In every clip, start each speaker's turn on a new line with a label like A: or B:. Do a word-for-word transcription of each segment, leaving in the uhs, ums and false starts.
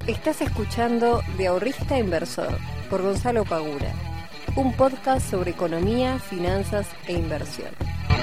A: Estás escuchando De Ahorrista Inversor por Gonzalo Pagura, un podcast sobre economía, finanzas e inversión.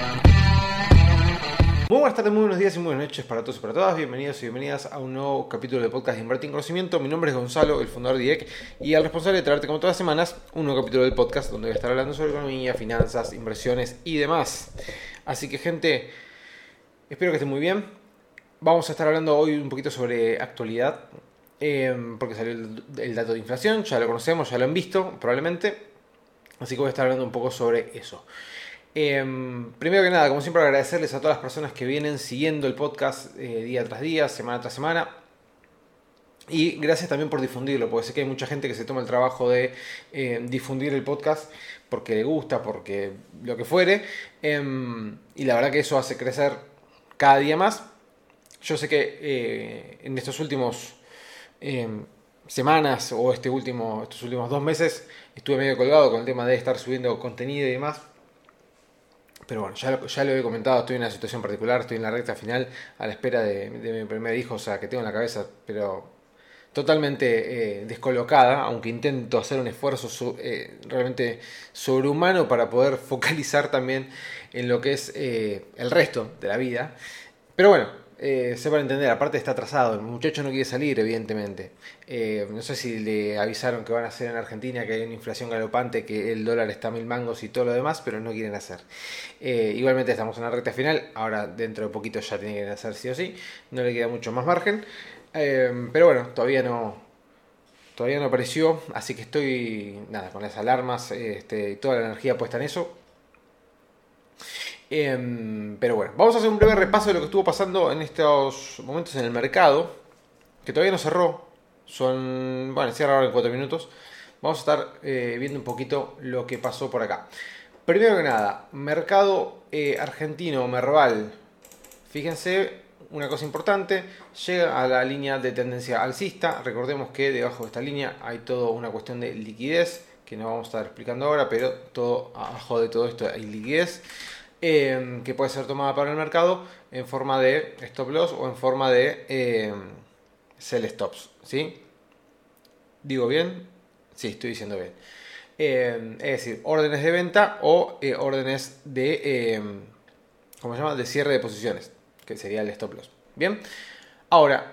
B: Muy buenas tardes, muy buenos días y muy buenas noches para todos y para todas. Bienvenidos y bienvenidas a un nuevo capítulo del podcast de Invertir en Conocimiento. Mi nombre es Gonzalo, el fundador de I E C y el responsable de traerte como todas las semanas un nuevo capítulo del podcast donde voy a estar hablando sobre economía, finanzas, inversiones y demás. Así que, gente, espero que estén muy bien. Vamos a estar hablando hoy un poquito sobre actualidad, eh, porque salió el, el dato de inflación, ya lo conocemos, ya lo han visto probablemente. Así que voy a estar hablando un poco sobre eso. Eh, primero que nada, como siempre, agradecerles a todas las personas que vienen siguiendo el podcast eh, día tras día, semana tras semana. Y gracias también por difundirlo, porque sé que hay mucha gente que se toma el trabajo de eh, difundir el podcast porque le gusta, porque lo que fuere. Eh, y la verdad que eso hace crecer cada día más. Yo sé que eh, en estos últimos eh, semanas o este último, estos últimos dos meses estuve medio colgado con el tema de estar subiendo contenido y demás. Pero bueno, ya lo, ya lo he comentado, estoy en una situación particular, estoy en la recta final a la espera de, de mi primer hijo, o sea, que tengo en la cabeza, pero totalmente eh, descolocada, aunque intento hacer un esfuerzo su, eh, realmente sobrehumano para poder focalizar también en lo que es eh, el resto de la vida. Pero bueno, eh, sepan entender, aparte está atrasado, el muchacho no quiere salir, evidentemente. Eh, no sé si le avisaron que van a hacer en Argentina, que hay una inflación galopante, que el dólar está a mil mangos y todo lo demás, pero no quieren hacer. Eh, igualmente estamos en la recta final, ahora dentro de poquito ya tienen que hacer sí o sí, no le queda mucho más margen. Eh, pero bueno, todavía no, todavía no apareció, así que estoy nada con las alarmas, este, toda la energía puesta en eso. Eh, pero bueno, vamos a hacer un breve repaso de lo que estuvo pasando en estos momentos en el mercado, que todavía no cerró. Son, bueno, cierra ahora en cuatro minutos. Vamos a estar eh, viendo un poquito lo que pasó por acá. Primero que nada, mercado eh, argentino, Merval. Fíjense, una cosa importante, llega a la línea de tendencia alcista. Recordemos que debajo de esta línea hay toda una cuestión de liquidez, que no vamos a estar explicando ahora, pero todo abajo de todo esto hay liquidez. Eh, que puede ser tomada para el mercado en forma de stop loss o en forma de eh, sell stops, ¿sí? ¿Digo bien? Sí, estoy diciendo bien. Eh, es decir, órdenes de venta o eh, órdenes de, eh, ¿cómo se llama? De cierre de posiciones, que sería el stop loss. Bien, ahora,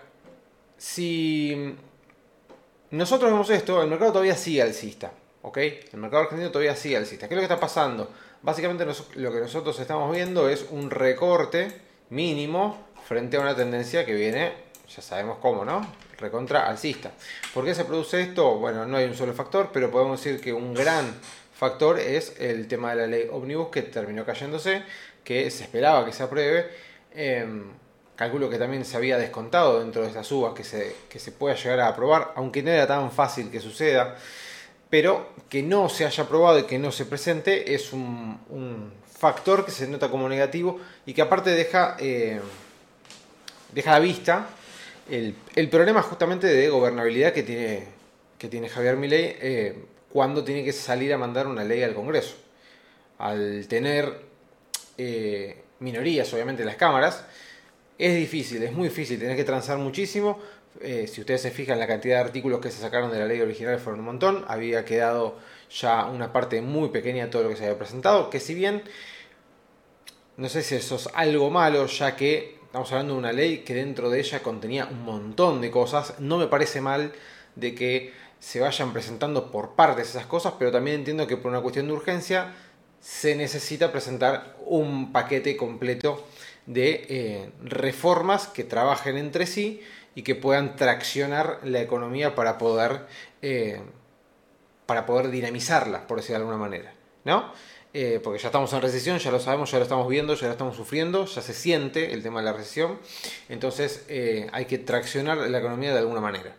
B: si nosotros vemos esto, el mercado todavía sigue alcista, ¿ok? El mercado argentino todavía sigue alcista. ¿Qué es lo que está pasando? Básicamente lo que nosotros estamos viendo es un recorte mínimo frente a una tendencia que viene, ya sabemos cómo, ¿no? Recontra alcista. ¿Por qué se produce esto? Bueno, no hay un solo factor, pero podemos decir que un gran factor es el tema de la ley Omnibus, que terminó cayéndose, que se esperaba que se apruebe. Eh, calculo que también se había descontado dentro de estas subas que se, que se pueda llegar a aprobar, aunque no era tan fácil que suceda. Pero que no se haya aprobado y que no se presente es un, un factor que se nota como negativo y que aparte deja, eh, deja a la vista el, el problema justamente de gobernabilidad que tiene, que tiene Javier Milei eh, cuando tiene que salir a mandar una ley al Congreso. Al tener eh, minorías, obviamente, en las cámaras, es difícil, es muy difícil, tenés que transar muchísimo. Eh, si ustedes se fijan, la cantidad de artículos que se sacaron de la ley original fueron un montón. Había quedado ya una parte muy pequeña de todo lo que se había presentado, que si bien no sé si eso es algo malo, ya que estamos hablando de una ley que dentro de ella contenía un montón de cosas, no me parece mal de que se vayan presentando por partes esas cosas, pero también entiendo que por una cuestión de urgencia se necesita presentar un paquete completo de eh, reformas que trabajen entre sí y que puedan traccionar la economía para poder, eh, para poder dinamizarla, por decirlo de alguna manera, ¿no? Eh, porque ya estamos en recesión, ya lo sabemos, ya lo estamos viendo, ya lo estamos sufriendo, ya se siente el tema de la recesión, entonces eh, hay que traccionar la economía de alguna manera.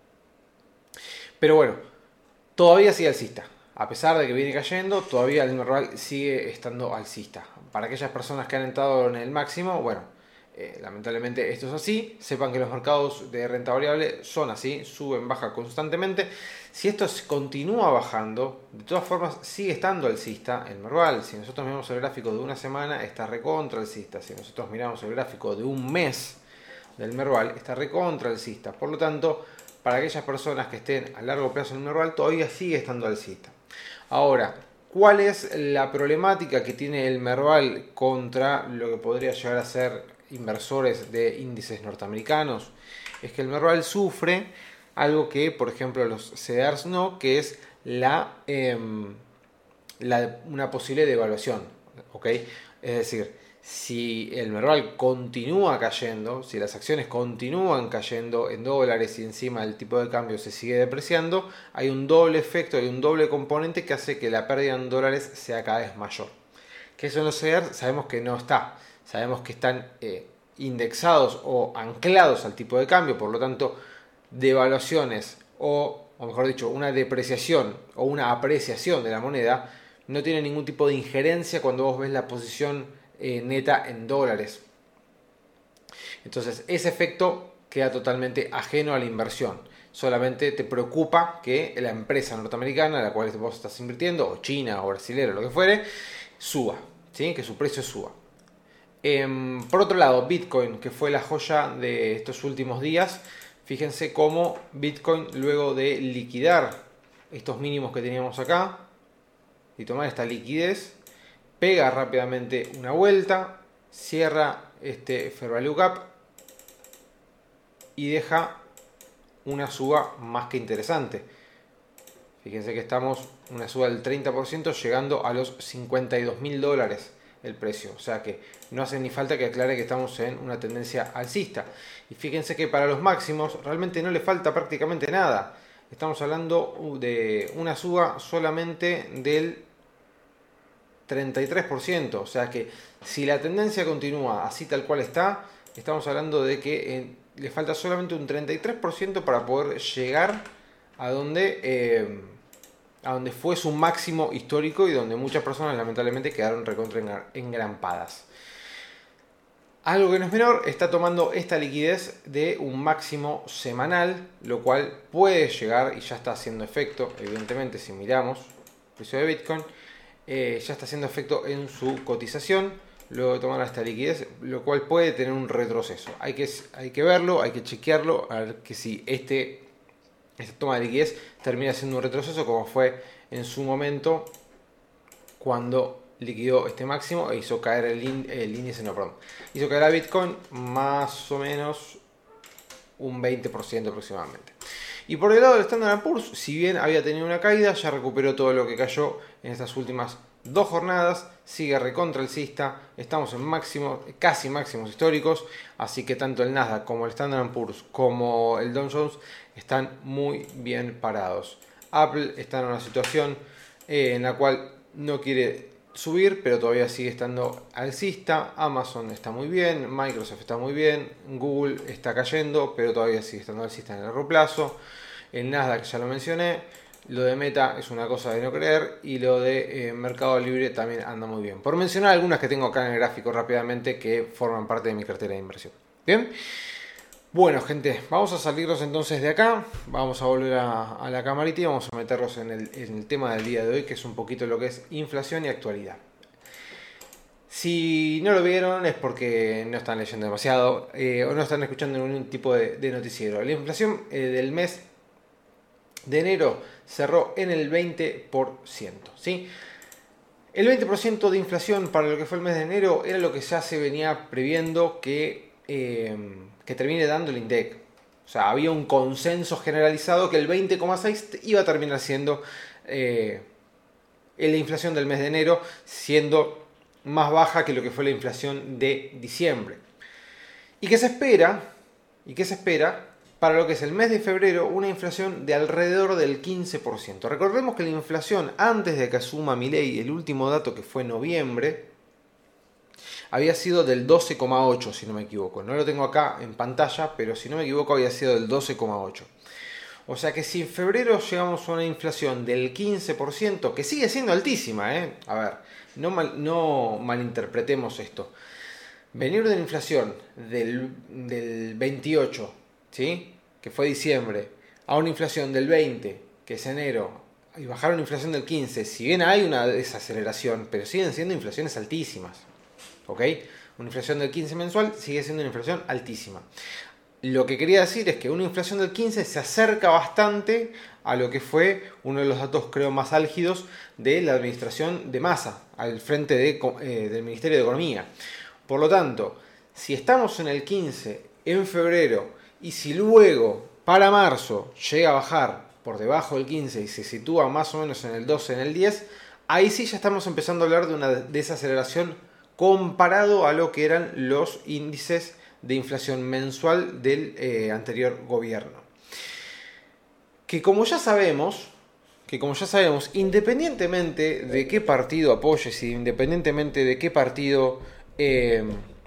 B: Pero bueno, todavía sigue alcista. A pesar de que viene cayendo, todavía el Merval sigue estando alcista. Para aquellas personas que han entrado en el máximo, bueno, Eh, lamentablemente esto es así. Sepan que los mercados de renta variable son así, suben, bajan constantemente. Si esto continúa bajando, de todas formas sigue estando alcista el Merval. Si nosotros miramos el gráfico de una semana, está recontra alcista. Si nosotros miramos el gráfico de un mes del Merval, está recontra alcista. Por lo tanto, para aquellas personas que estén a largo plazo en el Merval, todavía sigue estando alcista. Ahora, ¿cuál es la problemática que tiene el Merval contra lo que podría llegar a ser inversores de índices norteamericanos? Es que el Merval sufre algo que, por ejemplo, los C D Rs no, que es la, eh, la una posible devaluación, ¿ok? Es decir, si el Merval continúa cayendo, si las acciones continúan cayendo en dólares y encima el tipo de cambio se sigue depreciando, hay un doble efecto, hay un doble componente que hace que la pérdida en dólares sea cada vez mayor. ¿Qué son los C D Rs? Sabemos que no está, sabemos que están eh, indexados o anclados al tipo de cambio, por lo tanto, devaluaciones o, o mejor dicho, una depreciación o una apreciación de la moneda no tiene ningún tipo de injerencia cuando vos ves la posición eh, neta en dólares. Entonces ese efecto queda totalmente ajeno a la inversión. Solamente te preocupa que la empresa norteamericana a la cual vos estás invirtiendo, o China o brasilera o lo que fuere, suba, ¿sí? Que su precio suba. Eh, por otro lado, Bitcoin, que fue la joya de estos últimos días. Fíjense cómo Bitcoin, luego de liquidar estos mínimos que teníamos acá y tomar esta liquidez, pega rápidamente una vuelta, cierra este Fair Value Gap y deja una suba más que interesante. Fíjense que estamos una suba del treinta por ciento, llegando a los cincuenta y dos mil dólares el precio. O sea que no hace ni falta que aclare que estamos en una tendencia alcista. Y fíjense que para los máximos realmente no le falta prácticamente nada. Estamos hablando de una suba solamente del treinta y tres por ciento. O sea que si la tendencia continúa así tal cual está, estamos hablando de que eh, le falta solamente un treinta y tres por ciento para poder llegar a donde... Eh, a donde fue su máximo histórico y donde muchas personas lamentablemente quedaron recontra engrampadas. Algo que no es menor, está tomando esta liquidez de un máximo semanal, lo cual puede llegar y ya está haciendo efecto, evidentemente si miramos el precio de Bitcoin, eh, ya está haciendo efecto en su cotización, luego de tomar esta liquidez, lo cual puede tener un retroceso. Hay que, hay que verlo, hay que chequearlo, a ver que si este... esta toma de liquidez termina siendo un retroceso como fue en su momento cuando liquidó este máximo e hizo caer el, in, el índice, no, perdón, hizo caer a Bitcoin más o menos un veinte por ciento aproximadamente. Y por el lado del Standard and Poor's, si bien había tenido una caída, ya recuperó todo lo que cayó en estas últimas dos jornadas, sigue recontra alcista, estamos en máximos, casi máximos históricos, así que tanto el Nasdaq como el Standard and Poor's como el Dow Jones están muy bien parados. Apple está en una situación eh, en la cual no quiere subir, pero todavía sigue estando alcista. Amazon está muy bien, Microsoft está muy bien, Google está cayendo, pero todavía sigue estando alcista en el largo plazo. El Nasdaq ya lo mencioné. Lo de Meta es una cosa de no creer y lo de eh, Mercado Libre también anda muy bien. Por mencionar algunas que tengo acá en el gráfico rápidamente que forman parte de mi cartera de inversión. Bien. Bueno, gente, vamos a salirnos entonces de acá, vamos a volver a, a la camarita y vamos a meternos en el, en el tema del día de hoy, que es un poquito lo que es inflación y actualidad. Si no lo vieron es porque no están leyendo demasiado eh, o no están escuchando ningún tipo de, de noticiero. La inflación eh, del mes de enero cerró en el veinte por ciento, ¿sí? El veinte por ciento de inflación para lo que fue el mes de enero era lo que ya se venía previendo que... Eh, que termine dando el INDEC. O sea, había un consenso generalizado que el veinte coma seis por ciento iba a terminar siendo eh, la inflación del mes de enero, siendo más baja que lo que fue la inflación de diciembre. ¿Y qué se espera? ¿Y qué se espera para lo que es el mes de febrero? Una inflación de alrededor del quince por ciento. Recordemos que la inflación antes de que asuma Milei, el último dato que fue noviembre, había sido del doce coma ocho, si no me equivoco. No lo tengo acá en pantalla, pero si no me equivoco había sido del doce coma ocho. O sea que si en febrero llegamos a una inflación del quince por ciento, que sigue siendo altísima, ¿eh? A ver, no, mal, no malinterpretemos esto. Venir de una inflación del, del veintiocho, ¿sí? Que fue diciembre, a una inflación del veinte, que es enero, y bajar a una inflación del quince, si bien hay una desaceleración, pero siguen siendo inflaciones altísimas. ¿Ok? Una inflación del quince mensual sigue siendo una inflación altísima. lo que quería decir es que una inflación del quince se acerca bastante a lo que fue uno de los datos, creo, más álgidos de la administración de Massa, al frente de, eh, del Ministerio de Economía. Por lo tanto, si estamos en el quince en febrero y si luego para marzo llega a bajar por debajo del quince y se sitúa más o menos en el doce, en el diez, ahí sí ya estamos empezando a hablar de una desaceleración comparado a lo que eran los índices de inflación mensual del eh, anterior gobierno. Que como ya sabemos, que como ya sabemos, independientemente de qué partido apoyes y independientemente de qué partido eh,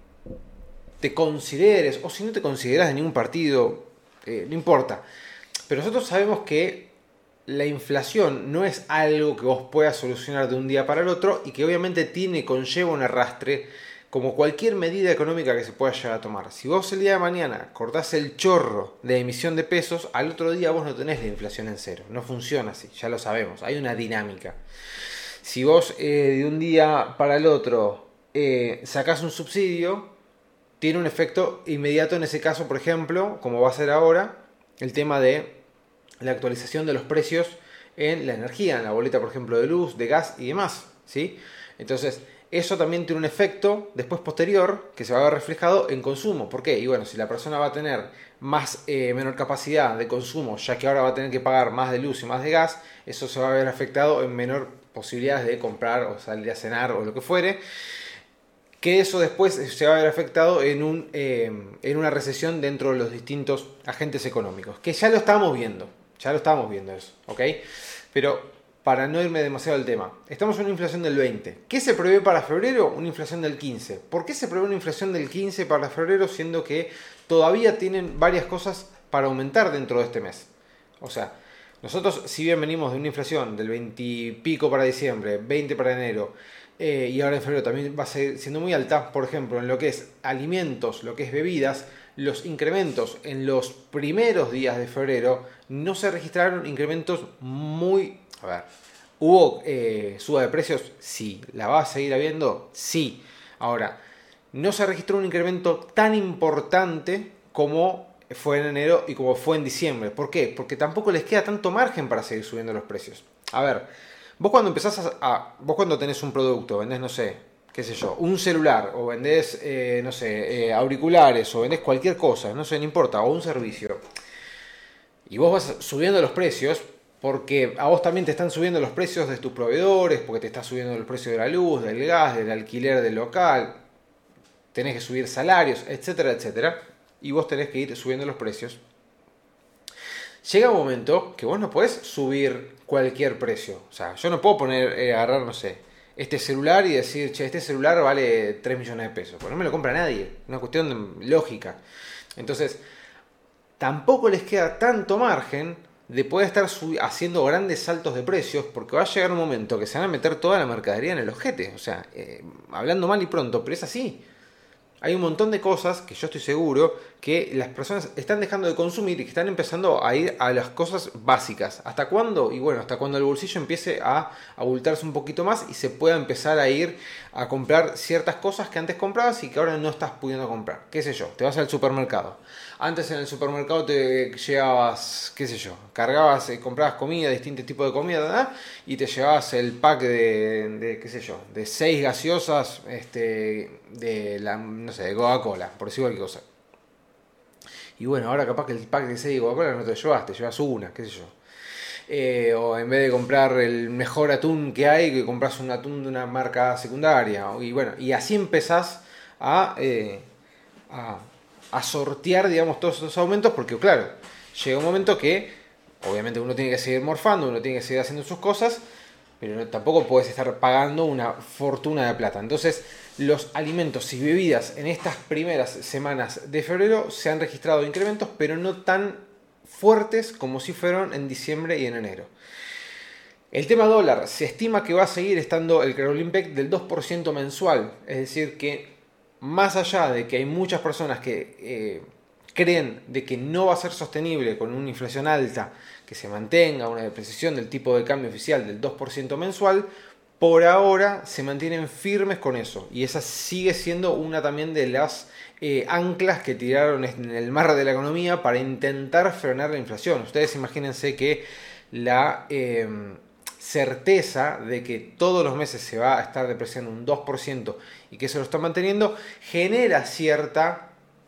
B: te consideres, o si no te consideras de ningún partido, eh, no importa. Pero nosotros sabemos que la inflación no es algo que vos puedas solucionar de un día para el otro y que obviamente tiene, conlleva un arrastre como cualquier medida económica que se pueda llegar a tomar. Si vos el día de mañana cortás el chorro de emisión de pesos, al otro día vos no tenés la inflación en cero. No funciona así, ya lo sabemos, hay una dinámica. Si vos eh, de un día para el otro eh, sacás un subsidio, tiene un efecto inmediato en ese caso, por ejemplo, como va a ser ahora, el tema de la actualización de los precios en la energía, en la boleta, por ejemplo, de luz, de gas y demás, ¿sí? Entonces, eso también tiene un efecto después posterior que se va a ver reflejado en consumo. ¿Por qué? Y bueno, si la persona va a tener más eh, menor capacidad de consumo, ya que ahora va a tener que pagar más de luz y más de gas, eso se va a ver afectado en menor posibilidades de comprar o salir a cenar o lo que fuere. Que eso después se va a ver afectado en, un, eh, en una recesión dentro de los distintos agentes económicos. Que ya lo estamos viendo, ya lo estamos viendo eso, ¿ok? Pero para no irme demasiado al tema, estamos en una inflación del veinte. ¿Qué se prevé para febrero? Una inflación del quince. ¿Por qué se prevé una inflación del quince para febrero siendo que todavía tienen varias cosas para aumentar dentro de este mes? O sea, nosotros si bien venimos de una inflación del veinte y pico para diciembre, veinte para enero, eh, y ahora en febrero también va a seguir siendo muy alta, por ejemplo, en lo que es alimentos, lo que es bebidas, los incrementos en los primeros días de febrero no se registraron incrementos muy... A ver, ¿hubo eh, suba de precios? Sí. ¿La va a seguir habiendo? Sí. Ahora, no se registró un incremento tan importante como fue en enero y como fue en diciembre. ¿Por qué? Porque tampoco les queda tanto margen para seguir subiendo los precios. A ver, vos cuando empezás a... a vos cuando tenés un producto, vendés, no sé, qué sé yo, un celular, o vendés, eh, no sé, eh, auriculares, o vendés cualquier cosa, no sé, no importa, o un servicio, y vos vas subiendo los precios, porque a vos también te están subiendo los precios de tus proveedores, porque te está subiendo el precio de la luz, del gas, del alquiler del local, tenés que subir salarios, etcétera, etcétera, y vos tenés que ir subiendo los precios. Llega un momento que vos no podés subir cualquier precio. O sea, yo no puedo poner, eh, agarrar, no sé, este celular y decir, che, este celular vale tres millones de pesos. Pues no me lo compra nadie. Es una cuestión lógica. Entonces, tampoco les queda tanto margen de poder estar haciendo grandes saltos de precios, porque va a llegar un momento que se van a meter toda la mercadería en el ojete. O sea, eh, hablando mal y pronto, pero es así. Hay un montón de cosas que yo estoy seguro que las personas están dejando de consumir y que están empezando a ir a las cosas básicas. ¿Hasta cuándo? Y bueno, hasta cuando el bolsillo empiece a abultarse un poquito más y se pueda empezar a ir a comprar ciertas cosas que antes comprabas y que ahora no estás pudiendo comprar. ¿Qué sé yo? Te vas al supermercado. Antes en el supermercado te llevabas, qué sé yo, cargabas, eh, comprabas comida, distintos tipos de comida, ¿verdad? Y te llevabas el pack de, de, qué sé yo, de seis gaseosas, este, de la, no sé, de Coca-Cola, por decir cualquier cosa. Y bueno, ahora capaz que el pack de seis de Coca-Cola no te lo llevas, te llevas una, qué sé yo. Eh, o en vez de comprar el mejor atún que hay, que compras un atún de una marca secundaria. Y bueno, y así empezás a... Eh, a a sortear, digamos, todos esos aumentos, porque claro, llega un momento que obviamente uno tiene que seguir morfando, uno tiene que seguir haciendo sus cosas, pero no, tampoco puedes estar pagando una fortuna de plata. Entonces, los alimentos y bebidas en estas primeras semanas de febrero se han registrado incrementos, pero no tan fuertes como si fueron en diciembre y en enero. El tema dólar, se estima que va a seguir estando el Caroline Peck del dos por ciento mensual, es decir que más allá de que hay muchas personas que eh, creen de que no va a ser sostenible con una inflación alta, que se mantenga una depreciación del tipo de cambio oficial del dos por ciento mensual, por ahora se mantienen firmes con eso. Y esa sigue siendo una también de las eh, anclas que tiraron en el mar de la economía para intentar frenar la inflación. Ustedes imagínense que la eh, certeza de que todos los meses se va a estar depreciando un dos por ciento y que eso lo está manteniendo, genera cierta...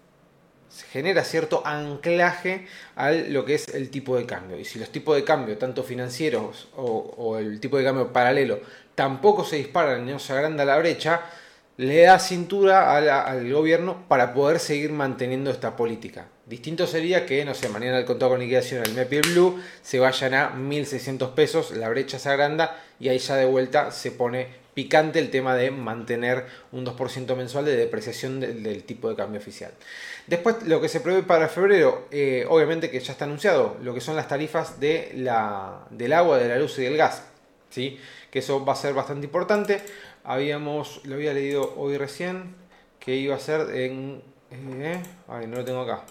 B: genera cierto anclaje a lo que es el tipo de cambio. Y si los tipos de cambio, tanto financieros o, o el tipo de cambio paralelo, tampoco se disparan y no se agranda la brecha, le da cintura a la, al gobierno para poder seguir manteniendo esta política. Distinto sería que, no sé, mañana el contado con liquidación, el M E P y el Blue, se vayan a mil seiscientos pesos, la brecha se agranda y ahí ya de vuelta se pone picante el tema de mantener un dos por ciento mensual de depreciación del, del tipo de cambio oficial. Después, lo que se prevé para febrero, eh, obviamente que ya está anunciado, lo que son las tarifas de la, del agua, de la luz y del gas, ¿sí? Que eso va a ser bastante importante. Habíamos, lo había leído hoy recién, que iba a ser en... Eh, ay, no lo tengo acá.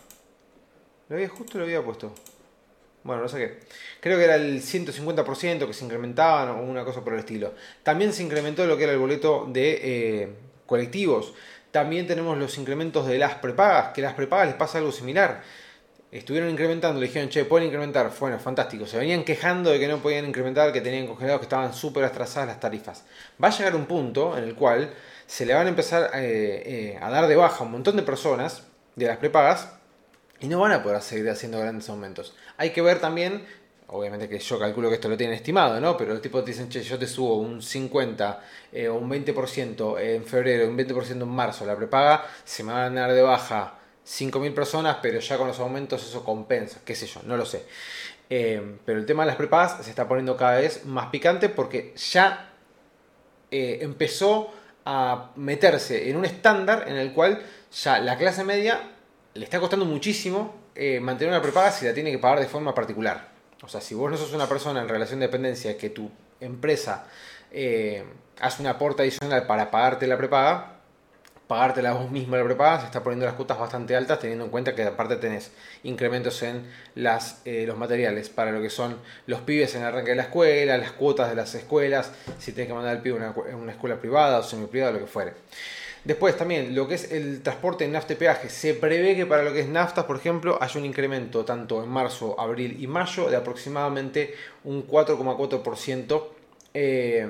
B: Lo había, justo lo había puesto. Bueno, no sé qué. Creo que era el ciento cincuenta por ciento que se incrementaban o una cosa por el estilo. También se incrementó lo que era el boleto de eh, colectivos. También tenemos los incrementos de las prepagas, que las prepagas les pasa algo similar. Estuvieron incrementando, le dijeron, che, pueden incrementar. Bueno, fantástico. Se venían quejando de que no podían incrementar, que tenían congelados, que estaban súper atrasadas las tarifas. Va a llegar un punto en el cual se le van a empezar eh, eh, a dar de baja a un montón de personas de las prepagas y no van a poder seguir haciendo grandes aumentos. Hay que ver también, obviamente que yo calculo que esto lo tienen estimado, ¿no? Pero los tipos te dicen, che, yo te subo un cincuenta eh, o un veinte por ciento en febrero, un veinte por ciento en marzo, la prepaga, se me van a dar de baja cinco mil personas, pero ya con los aumentos eso compensa, qué sé yo, no lo sé. Eh, pero el tema de las prepagas se está poniendo cada vez más picante porque ya eh, empezó a meterse en un estándar en el cual ya la clase media le está costando muchísimo eh, mantener una prepaga si la tiene que pagar de forma particular. O sea, si vos no sos una persona en relación de dependencia que tu empresa eh, hace un aporte adicional para pagarte la prepaga, pagártela vos mismo la prepaga, se está poniendo las cuotas bastante altas, teniendo en cuenta que aparte tenés incrementos en las, eh, los materiales para lo que son los pibes en el arranque de la escuela, las cuotas de las escuelas, si tenés que mandar al pibe a una, una escuela privada o semiprivada, lo que fuere. Después también lo que es el transporte en nafta y peaje, se prevé que para lo que es naftas, por ejemplo, haya un incremento tanto en marzo, abril y mayo de aproximadamente un cuatro coma cuatro por ciento eh,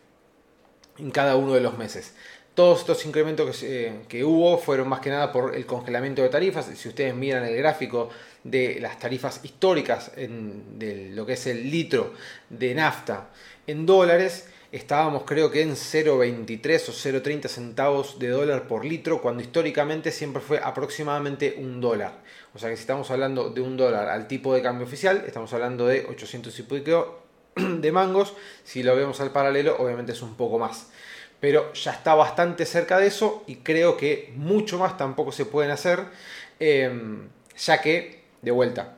B: en cada uno de los meses. Todos estos incrementos que, eh, que hubo fueron más que nada por el congelamiento de tarifas. Si ustedes miran el gráfico de las tarifas históricas en, de lo que es el litro de nafta en dólares, estábamos creo que en cero coma veintitrés o cero coma treinta centavos de dólar por litro, cuando históricamente siempre fue aproximadamente un dólar. O sea que si estamos hablando de un dólar al tipo de cambio oficial, estamos hablando de ochocientos y pico de mangos. Si lo vemos al paralelo, obviamente es un poco más. Pero ya está bastante cerca de eso y creo que mucho más tampoco se pueden hacer, eh, ya que, de vuelta,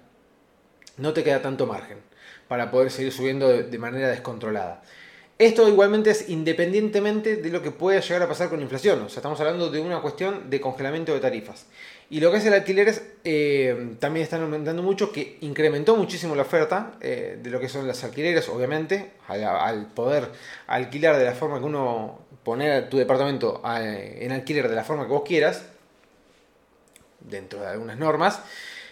B: no te queda tanto margen para poder seguir subiendo de, de manera descontrolada. Esto igualmente es independientemente de lo que pueda llegar a pasar con inflación. O sea, estamos hablando de una cuestión de congelamiento de tarifas. Y lo que es el alquileres eh, también están aumentando mucho, que incrementó muchísimo la oferta eh, de lo que son las alquileres, obviamente, al, al poder alquilar de la forma que uno, poner tu departamento a, en alquiler de la forma que vos quieras, dentro de algunas normas.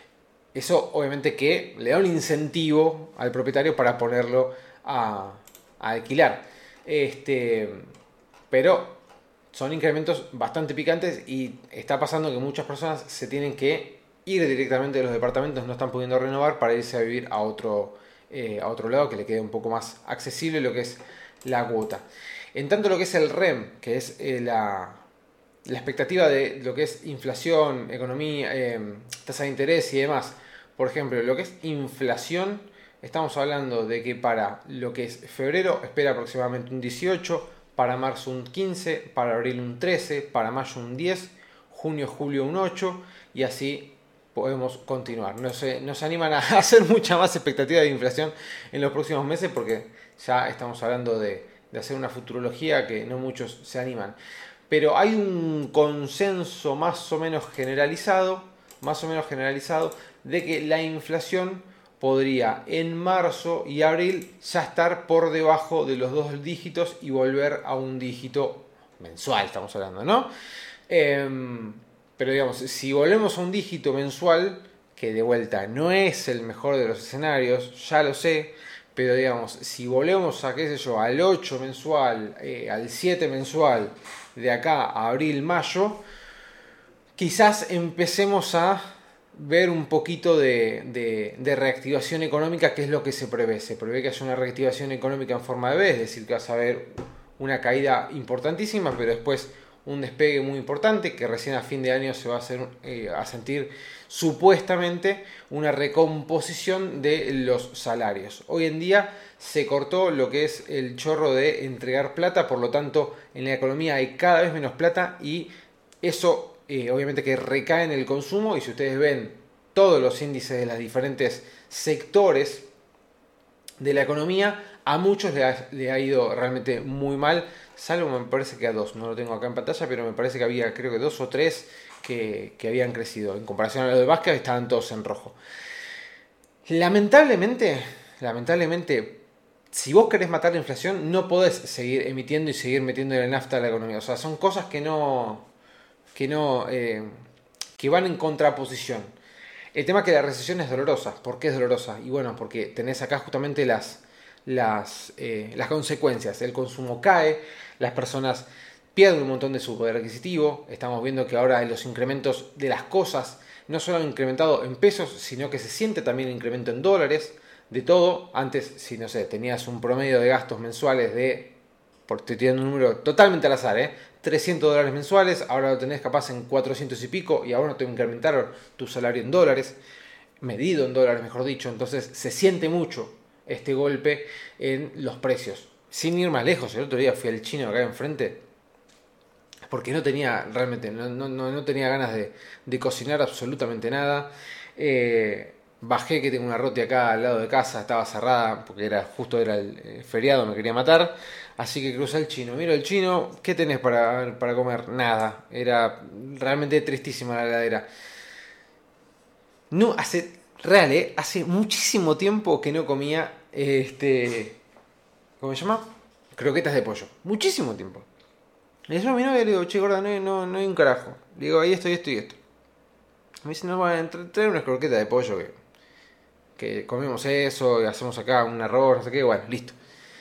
B: Eso obviamente que le da un incentivo al propietario para ponerlo a, a alquilar. Este, pero son incrementos bastante picantes y está pasando que muchas personas se tienen que ir directamente de los departamentos, no están pudiendo renovar para irse a vivir a otro, eh, a otro lado que le quede un poco más accesible lo que es la cuota. En tanto lo que es el R E M, que es eh, la, la expectativa de lo que es inflación, economía, eh, tasa de interés y demás. Por ejemplo, lo que es inflación, estamos hablando de que para lo que es febrero espera aproximadamente un dieciocho, para marzo un quince, para abril un trece, para mayo un diez, junio, julio un ocho y así podemos continuar. No se, no se animan a hacer mucha más expectativa de inflación en los próximos meses porque ya estamos hablando de, de hacer una futurología que no muchos se animan. Pero hay un consenso más o menos generalizado, más o menos generalizado de que la inflación podría en marzo y abril ya estar por debajo de los dos dígitos y volver a un dígito mensual, estamos hablando, ¿no? Eh, pero digamos, si volvemos a un dígito mensual, que de vuelta no es el mejor de los escenarios, ya lo sé, pero digamos, si volvemos a, qué sé yo, al ocho mensual, eh, al siete mensual, de acá a abril, mayo, quizás empecemos a ver un poquito de, de, de reactivación económica, que es lo que se prevé. Se prevé que haya una reactivación económica en forma de V, es decir, que vas a ver una caída importantísima, pero después un despegue muy importante, que recién a fin de año se va a, hacer, eh, a sentir supuestamente una recomposición de los salarios. Hoy en día se cortó lo que es el chorro de entregar plata, por lo tanto en la economía hay cada vez menos plata y eso eh, obviamente que recae en el consumo. Y si ustedes ven todos los índices de los diferentes sectores de la economía, a muchos le ha, le ha ido realmente muy mal, salvo me parece que a dos, no lo tengo acá en pantalla, pero me parece que había creo que dos o tres que, que habían crecido. En comparación a los de básquet estaban todos en rojo. Lamentablemente, lamentablemente, si vos querés matar la inflación, no podés seguir emitiendo y seguir metiendo la nafta a la economía. O sea, son cosas que no, que no, eh, que van en contraposición. El tema es que la recesión es dolorosa. ¿Por qué es dolorosa? Y bueno, porque tenés acá justamente las, las, eh, las consecuencias. El consumo cae, las personas pierden un montón de su poder adquisitivo. Estamos viendo que ahora los incrementos de las cosas no solo han incrementado en pesos, sino que se siente también el incremento en dólares. De todo, antes, si no sé, tenías un promedio de gastos mensuales de, por estoy tirando un número totalmente al azar, ¿eh? trescientos dólares mensuales, ahora lo tenés capaz en cuatrocientos y pico, y ahora te incrementaron tu salario en dólares, medido en dólares mejor dicho. Entonces se siente mucho este golpe en los precios. Sin ir más lejos, el otro día fui al chino acá enfrente, porque no tenía realmente, no, no, no tenía ganas de, de cocinar absolutamente nada. Eh, bajé, que tengo una roti acá al lado de casa, estaba cerrada porque era justo era el feriado, me quería matar. Así que crucé el chino, miro el chino, ¿qué tenés para, para comer? Nada, era realmente tristísima la heladera. No, hace, real, ¿eh? Hace muchísimo tiempo que no comía, este, ¿cómo se llama? Croquetas de pollo, muchísimo tiempo. Y yo a mi novia le digo, che, gorda, no hay, no, no hay un carajo. Le digo, ahí esto y esto y esto. Me dice, no, bueno, traer unas croquetas de pollo que, que comemos eso y hacemos acá un arroz, no sé qué, bueno, listo.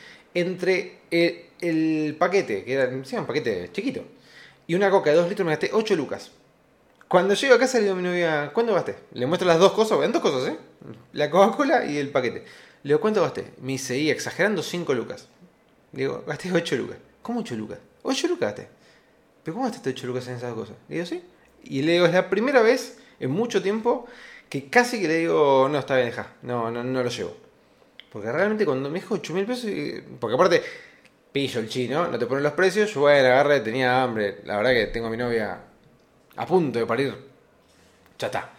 B: Entre el, el paquete, que era sí, un paquete chiquito, y una coca de dos litros me gasté ocho lucas. Cuando llego a casa le digo a mi novia, ¿cuánto gasté? Le muestro las dos cosas, en dos cosas, ¿eh? La Coca-Cola y el paquete. Le digo, ¿cuánto gasté? Me dice, y exagerando, cinco lucas. Le digo, gasté ocho lucas. ¿Cómo ocho lucas? ocho lucas gasté. ¿Pero cómo gastaste ocho lucas en esas cosas? Le digo, sí. Y le digo, es la primera vez en mucho tiempo que casi que le digo, no, está bien, deja, no, no, no lo llevo. Porque realmente cuando me dijo ocho mil pesos, porque aparte, pillo el chino, no te ponen los precios, yo bueno, agarré, tenía hambre, la verdad que tengo a mi novia a punto de parir, ya está.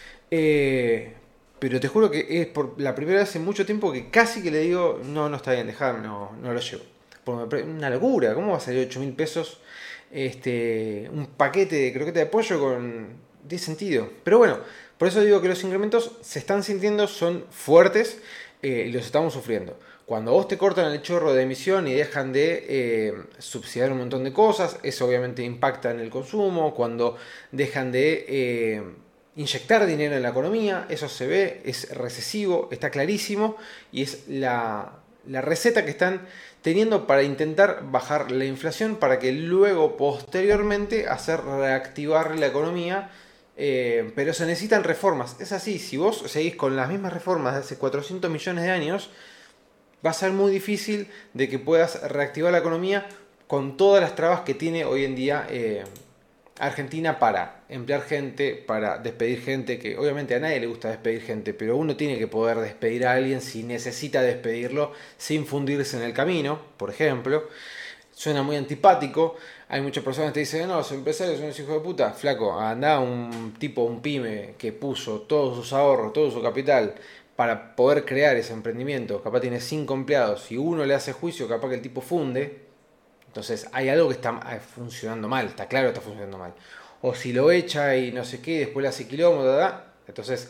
B: Eh, pero te juro que es por la primera vez en mucho tiempo que casi que le digo, no, no está bien, dejame, no, no lo llevo. Porque una locura, ¿cómo va a salir ocho mil pesos este, un paquete de croqueta de pollo con diez sentido? Pero bueno, por eso digo que los incrementos se están sintiendo, son fuertes eh, y los estamos sufriendo. Cuando vos te cortan el chorro de emisión y dejan de eh, subsidiar un montón de cosas, eso obviamente impacta en el consumo. Cuando dejan de eh, inyectar dinero en la economía, eso se ve, es recesivo, está clarísimo y es la, la receta que están teniendo para intentar bajar la inflación para que luego, posteriormente, hacer reactivar la economía. Eh, pero se necesitan reformas. Es así, si vos seguís con las mismas reformas de hace cuatrocientos millones de años, va a ser muy difícil de que puedas reactivar la economía con todas las trabas que tiene hoy en día eh, Argentina para emplear gente, para despedir gente, que obviamente a nadie le gusta despedir gente, pero uno tiene que poder despedir a alguien si necesita despedirlo sin fundirse en el camino, por ejemplo. Suena muy antipático. Hay muchas personas que te dicen, no, los empresarios son unos hijos de puta. Flaco, anda un tipo, un pyme que puso todos sus ahorros, todo su capital para poder crear ese emprendimiento. Capaz tiene cinco empleados y uno le hace juicio, capaz que el tipo funde. Entonces hay algo que está funcionando mal, está claro que está funcionando mal. O si lo echa y no sé qué, después le hace quilombo, ¿verdad? Entonces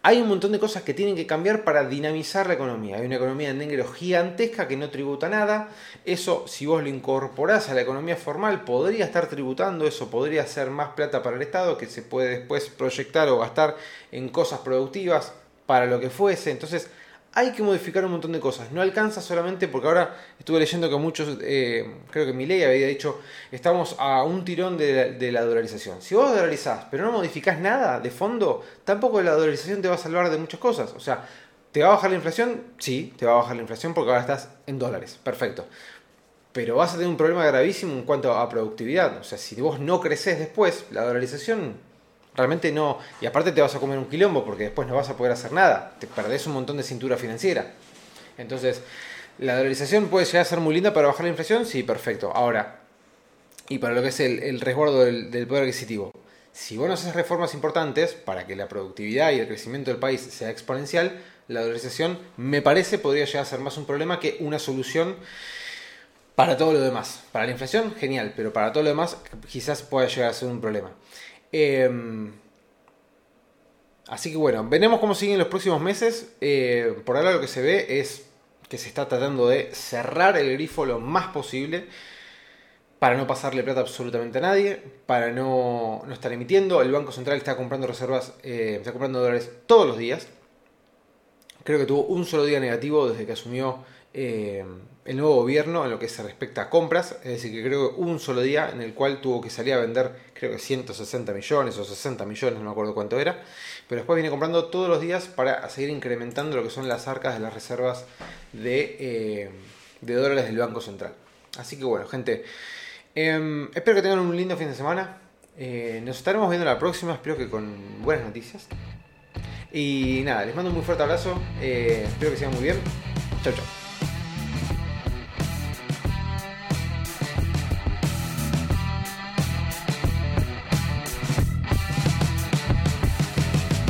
B: hay un montón de cosas que tienen que cambiar para dinamizar la economía. Hay una economía en negro gigantesca que no tributa nada. Eso, si vos lo incorporás a la economía formal, podría estar tributando. Eso podría ser más plata para el Estado que se puede después proyectar o gastar en cosas productivas para lo que fuese. Entonces, hay que modificar un montón de cosas. No alcanza solamente porque ahora estuve leyendo que muchos, eh, creo que Milei había dicho, estamos a un tirón de la, de la dolarización. Si vos dolarizás, pero no modificás nada de fondo, tampoco la dolarización te va a salvar de muchas cosas. O sea, ¿te va a bajar la inflación? Sí, te va a bajar la inflación porque ahora estás en dólares. Perfecto. Pero vas a tener un problema gravísimo en cuanto a productividad. O sea, si vos no creces después, la dolarización realmente no, y aparte te vas a comer un quilombo porque después no vas a poder hacer nada, te perdés un montón de cintura financiera. Entonces, la dolarización puede llegar a ser muy linda para bajar la inflación, sí, perfecto. Ahora, y para lo que es el, el resguardo del, del poder adquisitivo, si vos no haces reformas importantes para que la productividad y el crecimiento del país sea exponencial, la dolarización me parece podría llegar a ser más un problema que una solución para todo lo demás. Para la inflación, genial, pero para todo lo demás quizás pueda llegar a ser un problema. Eh, así que bueno, veremos cómo siguen los próximos meses. Eh, por ahora lo que se ve es que se está tratando de cerrar el grifo lo más posible para no pasarle plata absolutamente a nadie, para no, no estar emitiendo. El Banco Central está comprando reservas, eh, está comprando dólares todos los días. Creo que tuvo un solo día negativo desde que asumió eh, el nuevo gobierno en lo que se respecta a compras, es decir, que creo que hubo un solo día en el cual tuvo que salir a vender, creo que ciento sesenta millones o sesenta millones, no me acuerdo cuánto era, pero después viene comprando todos los días para seguir incrementando lo que son las arcas de las reservas de, eh, de dólares del Banco Central. Así que bueno, gente, eh, espero que tengan un lindo fin de semana, eh, nos estaremos viendo la próxima, espero que con buenas noticias. Y nada, les mando un muy fuerte abrazo, eh, espero que sigan muy bien, chau chau.